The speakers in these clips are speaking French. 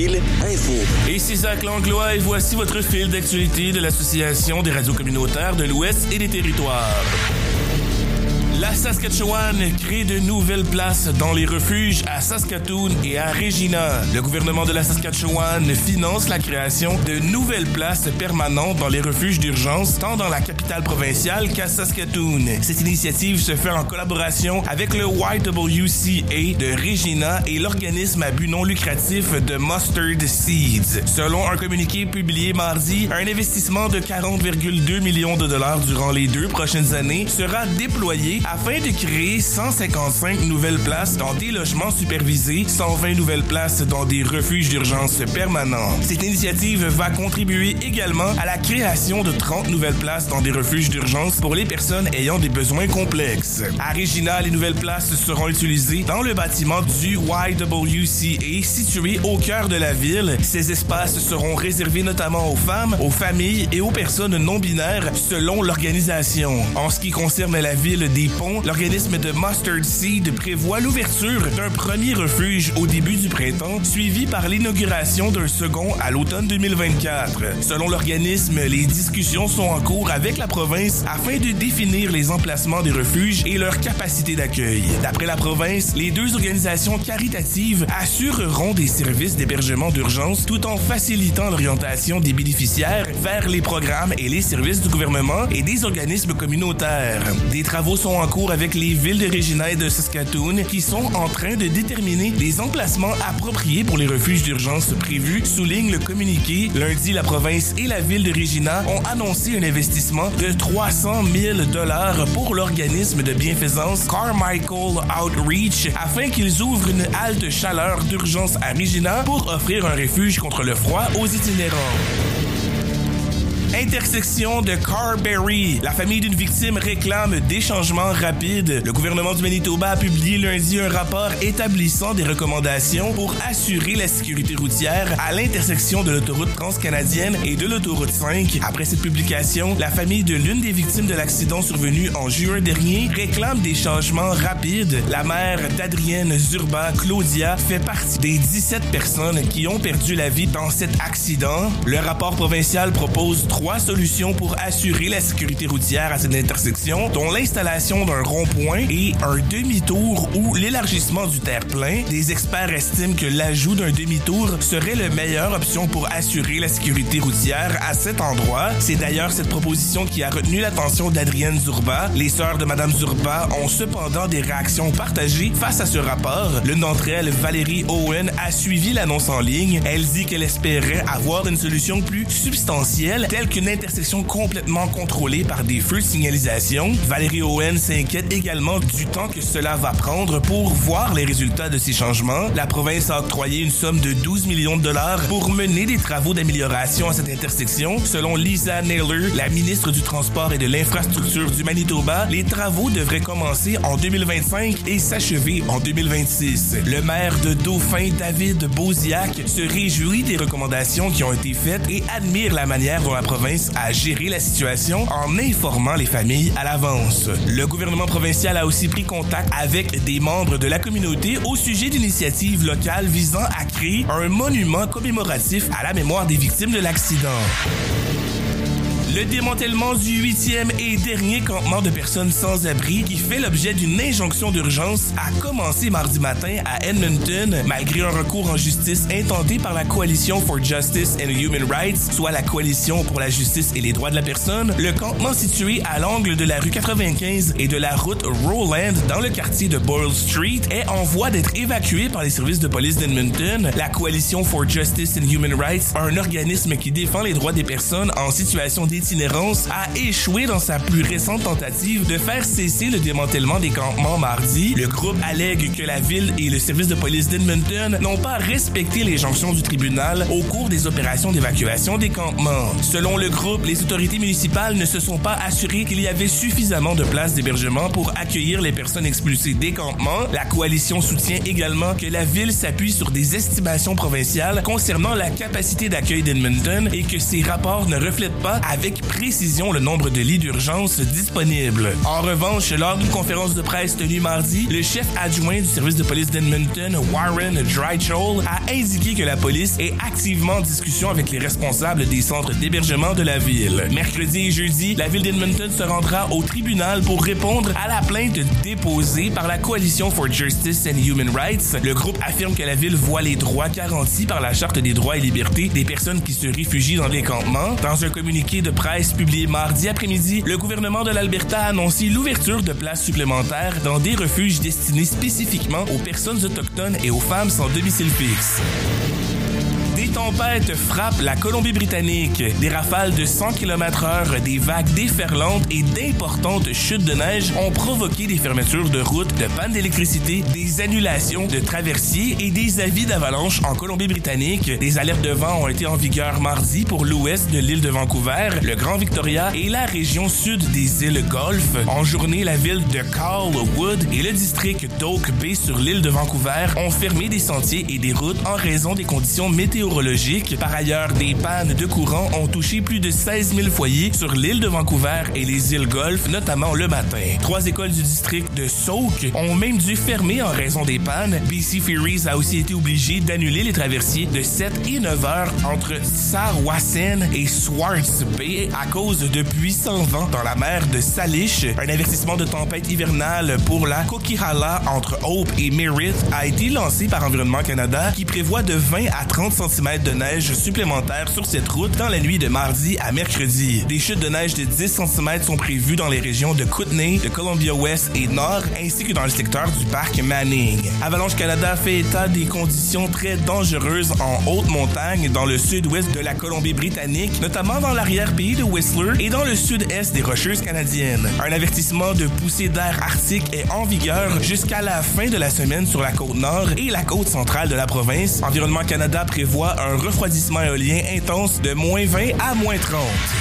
Fil Info. Ici Zach Langlois et voici votre fil d'actualité de l'Association des radios communautaires de l'Ouest et des Territoires. La Saskatchewan crée de nouvelles places dans les refuges à Saskatoon et à Regina. Le gouvernement de la Saskatchewan finance la création de nouvelles places permanentes dans les refuges d'urgence, tant dans la capitale provinciale qu'à Saskatoon. Cette initiative se fait en collaboration avec le YWCA de Regina et l'organisme à but non lucratif de Mustard Seeds. Selon un communiqué publié mardi, un investissement de 40,2 millions de dollars durant les 2 prochaines années sera déployé afin de créer 155 nouvelles places dans des logements supervisés, 120 nouvelles places dans des refuges d'urgence permanents. Cette initiative va contribuer également à la création de 30 nouvelles places dans des refuges d'urgence pour les personnes ayant des besoins complexes. À Regina, les nouvelles places seront utilisées dans le bâtiment du YWCA situé au cœur de la ville. Ces espaces seront réservés notamment aux femmes, aux familles et aux personnes non-binaires selon l'organisation. En ce qui concerne la ville des Ponts, l'organisme de Mustard Seed prévoit l'ouverture d'un premier refuge au début du printemps, suivi par l'inauguration d'un second à l'automne 2024. Selon l'organisme, les discussions sont en cours avec la province afin de définir les emplacements des refuges et leur capacité d'accueil. D'après la province, les 2 organisations caritatives assureront des services d'hébergement d'urgence tout en facilitant l'orientation des bénéficiaires vers les programmes et les services du gouvernement et des organismes communautaires. Des travaux sont en cours avec les villes de Regina et de Saskatoon qui sont en train de déterminer les emplacements appropriés pour les refuges d'urgence prévus, souligne le communiqué. Lundi, la province et la ville de Regina ont annoncé un investissement de 300 000 $ pour l'organisme de bienfaisance Carmichael Outreach afin qu'ils ouvrent une halte chaleur d'urgence à Regina pour offrir un refuge contre le froid aux itinérants. Intersection de Carberry. La famille d'une victime réclame des changements rapides. Le gouvernement du Manitoba a publié lundi un rapport établissant des recommandations pour assurer la sécurité routière à l'intersection de l'autoroute transcanadienne et de l'autoroute 5. Après cette publication, la famille de l'une des victimes de l'accident survenu en juin dernier réclame des changements rapides. La mère d'Adrienne Zurba, Claudia, fait partie des 17 personnes qui ont perdu la vie dans cet accident. Le rapport provincial propose 3 solutions pour assurer la sécurité routière à cette intersection, dont l'installation d'un rond-point et un demi-tour ou l'élargissement du terre-plein. Des experts estiment que l'ajout d'un demi-tour serait la meilleure option pour assurer la sécurité routière à cet endroit. C'est d'ailleurs cette proposition qui a retenu l'attention d'Adrienne Zurba. Les sœurs de Madame Zurba ont cependant des réactions partagées face à ce rapport. L'une d'entre elles, Valérie Owen, a suivi l'annonce en ligne. Elle dit qu'elle espérait avoir une solution plus substantielle, telle qu'une intersection complètement contrôlée par des feux de signalisation. Valérie Owen s'inquiète également du temps que cela va prendre pour voir les résultats de ces changements. La province a octroyé une somme de 12 millions de $ pour mener des travaux d'amélioration à cette intersection. Selon Lisa Naylor, la ministre du Transport et de l'Infrastructure du Manitoba, les travaux devraient commencer en 2025 et s'achever en 2026. Le maire de Dauphin, David Boziak, se réjouit des recommandations qui ont été faites et admire la manière dont la province a géré la situation en informant les familles à l'avance. Le gouvernement provincial a aussi pris contact avec des membres de la communauté au sujet d'initiatives locales visant à créer un monument commémoratif à la mémoire des victimes de l'accident. Le démantèlement du 8e et dernier campement de personnes sans abri qui fait l'objet d'une injonction d'urgence a commencé mardi matin à Edmonton. Malgré un recours en justice intenté par la Coalition for Justice and Human Rights, soit la Coalition pour la justice et les droits de la personne, le campement situé à l'angle de la rue 95 et de la route Rowland dans le quartier de Boyle Street est en voie d'être évacué par les services de police d'Edmonton. La Coalition for Justice and Human Rights, un organisme qui défend les droits des personnes en situation d'itinérance, a échoué dans sa plus récente tentative de faire cesser le démantèlement des campements mardi. Le groupe allègue que la ville et le service de police d'Edmonton n'ont pas respecté les injonctions du tribunal au cours des opérations d'évacuation des campements. Selon le groupe, les autorités municipales ne se sont pas assurées qu'il y avait suffisamment de places d'hébergement pour accueillir les personnes expulsées des campements. La coalition soutient également que la ville s'appuie sur des estimations provinciales concernant la capacité d'accueil d'Edmonton et que ces rapports ne reflètent pas avec avec précision le nombre de lits d'urgence disponibles. En revanche, lors d'une conférence de presse tenue mardi, le chef adjoint du service de police d'Edmonton, Warren Drychol, a indiqué que la police est activement en discussion avec les responsables des centres d'hébergement de la ville. Mercredi et jeudi, la ville d'Edmonton se rendra au tribunal pour répondre à la plainte déposée par la Coalition for Justice and Human Rights. Le groupe affirme que la ville voit les droits garantis par la Charte des droits et libertés des personnes qui se réfugient dans les campements. Dans un communiqué de presse publié mardi après-midi, le gouvernement de l'Alberta a annoncé l'ouverture de places supplémentaires dans des refuges destinés spécifiquement aux personnes autochtones et aux femmes sans domicile fixe. Des tempêtes frappent la Colombie-Britannique. Des rafales de 100 km/h, des vagues déferlantes et d'importantes chutes de neige ont provoqué des fermetures de routes, de pannes d'électricité, des annulations de traversiers et des avis d'avalanche en Colombie-Britannique. Des alertes de vent ont été en vigueur mardi pour l'ouest de l'île de Vancouver, le Grand Victoria et la région sud des îles Golfe. En journée, la ville de Calwood et le district d'Oak Bay sur l'île de Vancouver ont fermé des sentiers et des routes en raison des conditions météorologiques. Par ailleurs, des pannes de courant ont touché plus de 16 000 foyers sur l'île de Vancouver et les îles Golfe, notamment le matin. 3 écoles du district de Sauk ont même dû fermer en raison des pannes. BC Ferries a aussi été obligé d'annuler les traversiers de 7 et 9 heures entre Sarwasen et Swartz Bay à cause de puissants vents dans la mer de Salish. Un avertissement de tempête hivernale pour la Coquihalla entre Hope et Merritt a été lancé par Environnement Canada qui prévoit de 20 à 30 cm de neige supplémentaires sur cette route dans la nuit de mardi à mercredi. Des chutes de neige de 10 cm sont prévues dans les régions de Kootenay, de Columbia-Ouest et Nord, ainsi que dans le secteur du parc Manning. Avalanche Canada fait état des conditions très dangereuses en haute montagne dans le sud-ouest de la Colombie-Britannique, notamment dans l'arrière-pays de Whistler et dans le sud-est des Rocheuses canadiennes. Un avertissement de poussée d'air arctique est en vigueur jusqu'à la fin de la semaine sur la côte nord et la côte centrale de la province. Environnement Canada prévoit un refroidissement éolien intense de -20 à -30.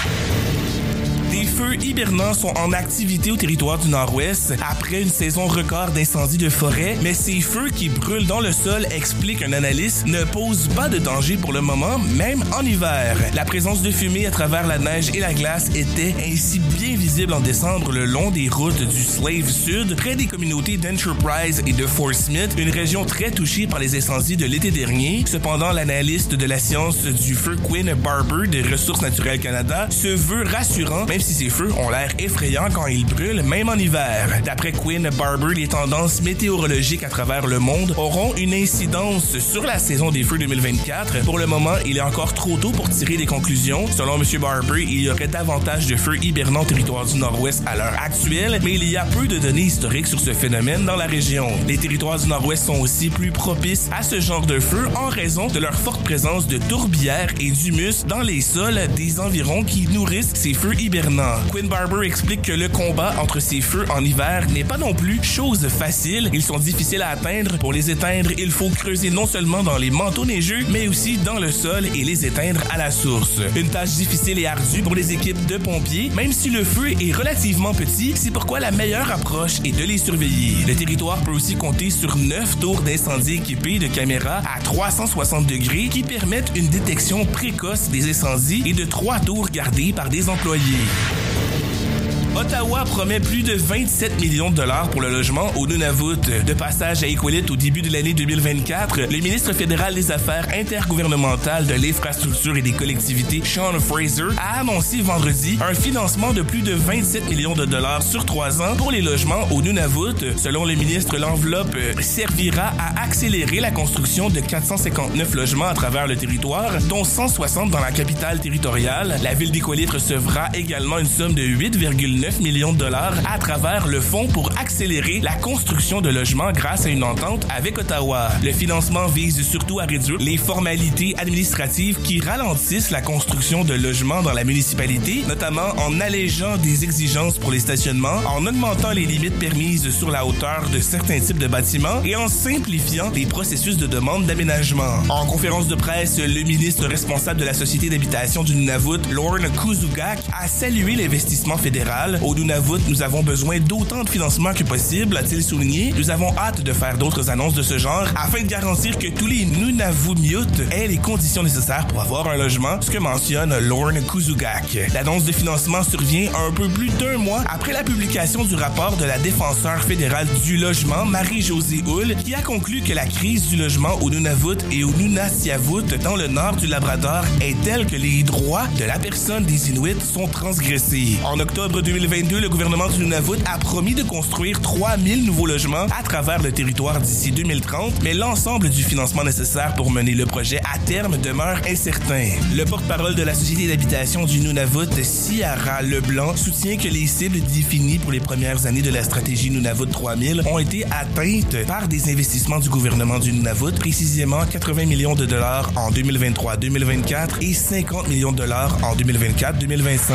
Des feux hibernants sont en activité au territoire du Nord-Ouest après une saison record d'incendies de forêt, mais ces feux qui brûlent dans le sol, explique un analyste, ne posent pas de danger pour le moment, même en hiver. La présence de fumée à travers la neige et la glace était ainsi bien visible en décembre le long des routes du Slave Sud, près des communautés d'Enterprise et de Fort Smith, une région très touchée par les incendies de l'été dernier. Cependant, l'analyste de la science du feu Quinn Barber de Ressources naturelles Canada se veut rassurant, même si ces feux ont l'air effrayants quand ils brûlent, même en hiver. D'après Quinn Barber, les tendances météorologiques à travers le monde auront une incidence sur la saison des feux 2024. Pour le moment, il est encore trop tôt pour tirer des conclusions. Selon M. Barber, il y aurait davantage de feux hibernants au territoire du Nord-Ouest à l'heure actuelle, mais il y a peu de données historiques sur ce phénomène dans la région. Les territoires du Nord-Ouest sont aussi plus propices à ce genre de feux en raison de leur forte présence de tourbières et d'humus dans les sols des environs qui nourrissent ces feux hibernants. Quinn Barber explique que le combat entre ces feux en hiver n'est pas non plus chose facile. Ils sont difficiles à atteindre. Pour les éteindre, il faut creuser non seulement dans les manteaux neigeux, mais aussi dans le sol et les éteindre à la source. Une tâche difficile et ardue pour les équipes de pompiers, même si le feu est relativement petit, c'est pourquoi la meilleure approche est de les surveiller. Le territoire peut aussi compter sur 9 tours d'incendie équipées de caméras à 360 degrés qui permettent une détection précoce des incendies et de 3 tours gardées par des employés. Ottawa promet plus de 27 millions de dollars pour le logement au Nunavut. De passage à Iqaluit au début de l'année 2024, le ministre fédéral des Affaires intergouvernementales de l'infrastructure et des collectivités, Sean Fraser, a annoncé vendredi un financement de plus de 27 millions de dollars sur 3 ans pour les logements au Nunavut. Selon le ministre, l'enveloppe servira à accélérer la construction de 459 logements à travers le territoire, dont 160 dans la capitale territoriale. La ville d'Iqaluit recevra également une somme de 8,9 millions de dollars à travers le fonds pour accélérer la construction de logements grâce à une entente avec Ottawa. Le financement vise surtout à réduire les formalités administratives qui ralentissent la construction de logements dans la municipalité, notamment en allégeant des exigences pour les stationnements, en augmentant les limites permises sur la hauteur de certains types de bâtiments et en simplifiant les processus de demande d'aménagement. En conférence de presse, le ministre responsable de la Société d'habitation du Nunavut, Lorne Kuzugak, a salué l'investissement fédéral fédéral. Au Nunavut, nous avons besoin d'autant de financement que possible, a-t-il souligné. Nous avons hâte de faire d'autres annonces de ce genre afin de garantir que tous les Nunavummiut aient les conditions nécessaires pour avoir un logement, ce que mentionne Lorne Kuzugak. L'annonce de financement survient un peu plus d'1 mois après la publication du rapport de la défenseure fédérale du logement, Marie-Josée Hull, qui a conclu que la crise du logement au Nunavut et au Nunasiavut dans le nord du Labrador est telle que les droits de la personne des Inuits sont transgressés. En octobre 2022, le gouvernement du Nunavut a promis de construire 3000 nouveaux logements à travers le territoire d'ici 2030, mais l'ensemble du financement nécessaire pour mener le projet à terme demeure incertain. Le porte-parole de la Société d'habitation du Nunavut, Ciara Leblanc, soutient que les cibles définies pour les premières années de la stratégie Nunavut 3000 ont été atteintes par des investissements du gouvernement du Nunavut, précisément 80 millions de dollars en 2023-2024 et 50 millions de dollars en 2024-2025.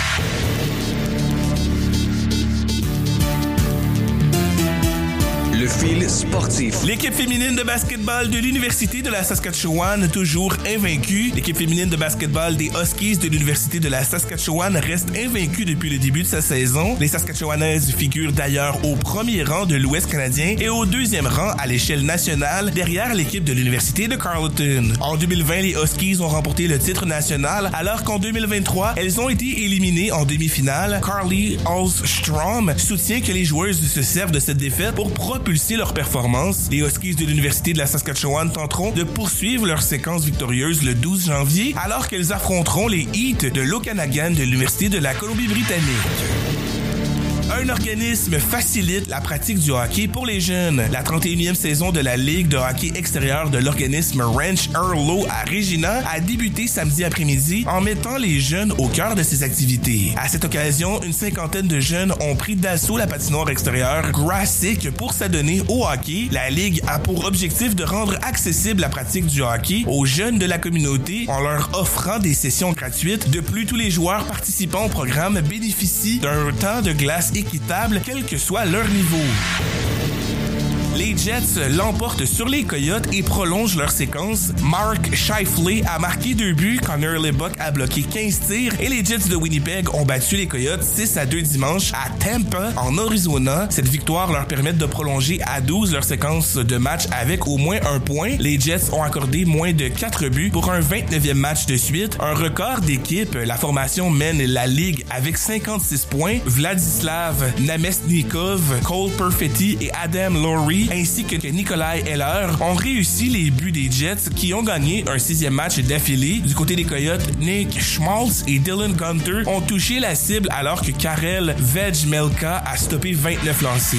Le fil sportif. L'équipe féminine de basketball de l'Université de la Saskatchewan, toujours invaincue. L'équipe féminine de basketball des Huskies de l'Université de la Saskatchewan reste invaincue depuis le début de sa saison. Les Saskatchewanaises figurent d'ailleurs au premier rang de l'Ouest canadien et au deuxième rang à l'échelle nationale, derrière l'équipe de l'Université de Carleton. En 2020, les Huskies ont remporté le titre national, alors qu'en 2023, elles ont été éliminées en demi-finale. Carly Alstrom soutient que les joueuses se servent de cette défaite pour propulser leur performance. Les Huskies de l'Université de la Saskatchewan tenteront de poursuivre leur séquence victorieuse le 12 janvier alors qu'elles affronteront les Heat de l'Okanagan de l'Université de la Colombie-Britannique. Un organisme facilite la pratique du hockey pour les jeunes. La 31e saison de la Ligue de hockey extérieur de l'organisme Ranch Earlo à Regina a débuté samedi après-midi en mettant les jeunes au cœur de ses activités. À cette occasion, une cinquantaine de jeunes ont pris d'assaut la patinoire extérieure Grassic pour s'adonner au hockey. La Ligue a pour objectif de rendre accessible la pratique du hockey aux jeunes de la communauté en leur offrant des sessions gratuites. De plus, tous les joueurs participant au programme bénéficient d'un temps de glace équitable, quel que soit leur niveau. Les Jets l'emportent sur les Coyotes et prolongent leur séquence. Mark Scheifele a marqué 2 buts, Connor Lebock a bloqué 15 tirs et les Jets de Winnipeg ont battu les Coyotes 6-2 dimanche à Tampa, en Arizona. Cette victoire leur permet de prolonger à 12 leur séquence de match avec au moins 1 point. Les Jets ont accordé moins de 4 buts pour un 29e match de suite. Un record d'équipe, la formation mène la Ligue avec 56 points. Vladislav Namestnikov, Cole Perfetti et Adam Lowry ainsi que Nikolai Heller ont réussi les buts des Jets qui ont gagné un 6e match d'affilée. Du côté des Coyotes, Nick Schmaltz et Dylan Gunter ont touché la cible alors que Karel Vejmelka a stoppé 29 lancers.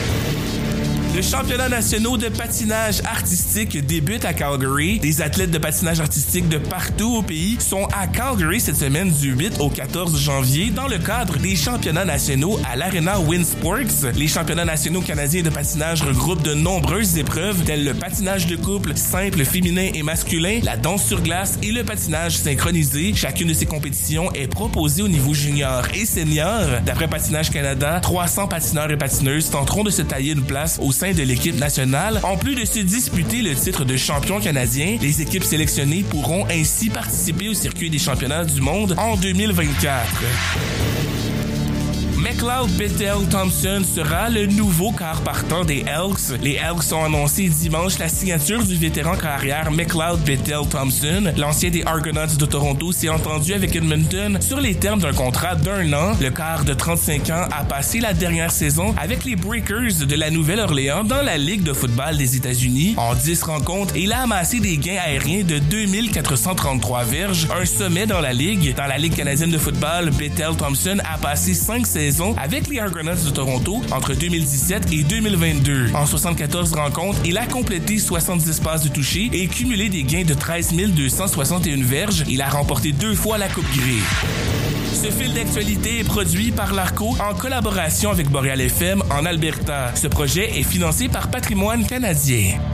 Le championnat national de patinage artistique débute à Calgary. Des athlètes de patinage artistique de partout au pays sont à Calgary cette semaine du 8 au 14 janvier dans le cadre des championnats nationaux à l'Arena Winsports. Les championnats nationaux canadiens de patinage regroupent de nombreuses épreuves telles le patinage de couple, simple, féminin et masculin, la danse sur glace et le patinage synchronisé. Chacune de ces compétitions est proposée au niveau junior et senior. D'après Patinage Canada, 300 patineurs et patineuses tenteront de se tailler une place au sein de l'équipe nationale. En plus de se disputer le titre de champion canadien, les équipes sélectionnées pourront ainsi participer au circuit des championnats du monde en 2024. McLeod Bethel Thompson sera le nouveau quart partant des Elks. Les Elks ont annoncé dimanche la signature du vétéran carrière McLeod Bethel Thompson. L'ancien des Argonauts de Toronto s'est entendu avec Edmonton sur les termes d'un contrat d'1 an. Le quart de 35 ans a passé la dernière saison avec les Breakers de la Nouvelle-Orléans dans la Ligue de football des États-Unis. En 10 rencontres, il a amassé des gains aériens de 2433 verges, un sommet dans la Ligue. Dans la Ligue canadienne de football, Bethel Thompson a passé 5 saisons avec les Argonauts de Toronto entre 2017 et 2022. En 74 rencontres, il a complété 70 passes de toucher et cumulé des gains de 13 261 verges. Il a remporté 2 fois la Coupe Grey. Ce fil d'actualité est produit par l'ARCO en collaboration avec Boréal FM en Alberta. Ce projet est financé par Patrimoine canadien.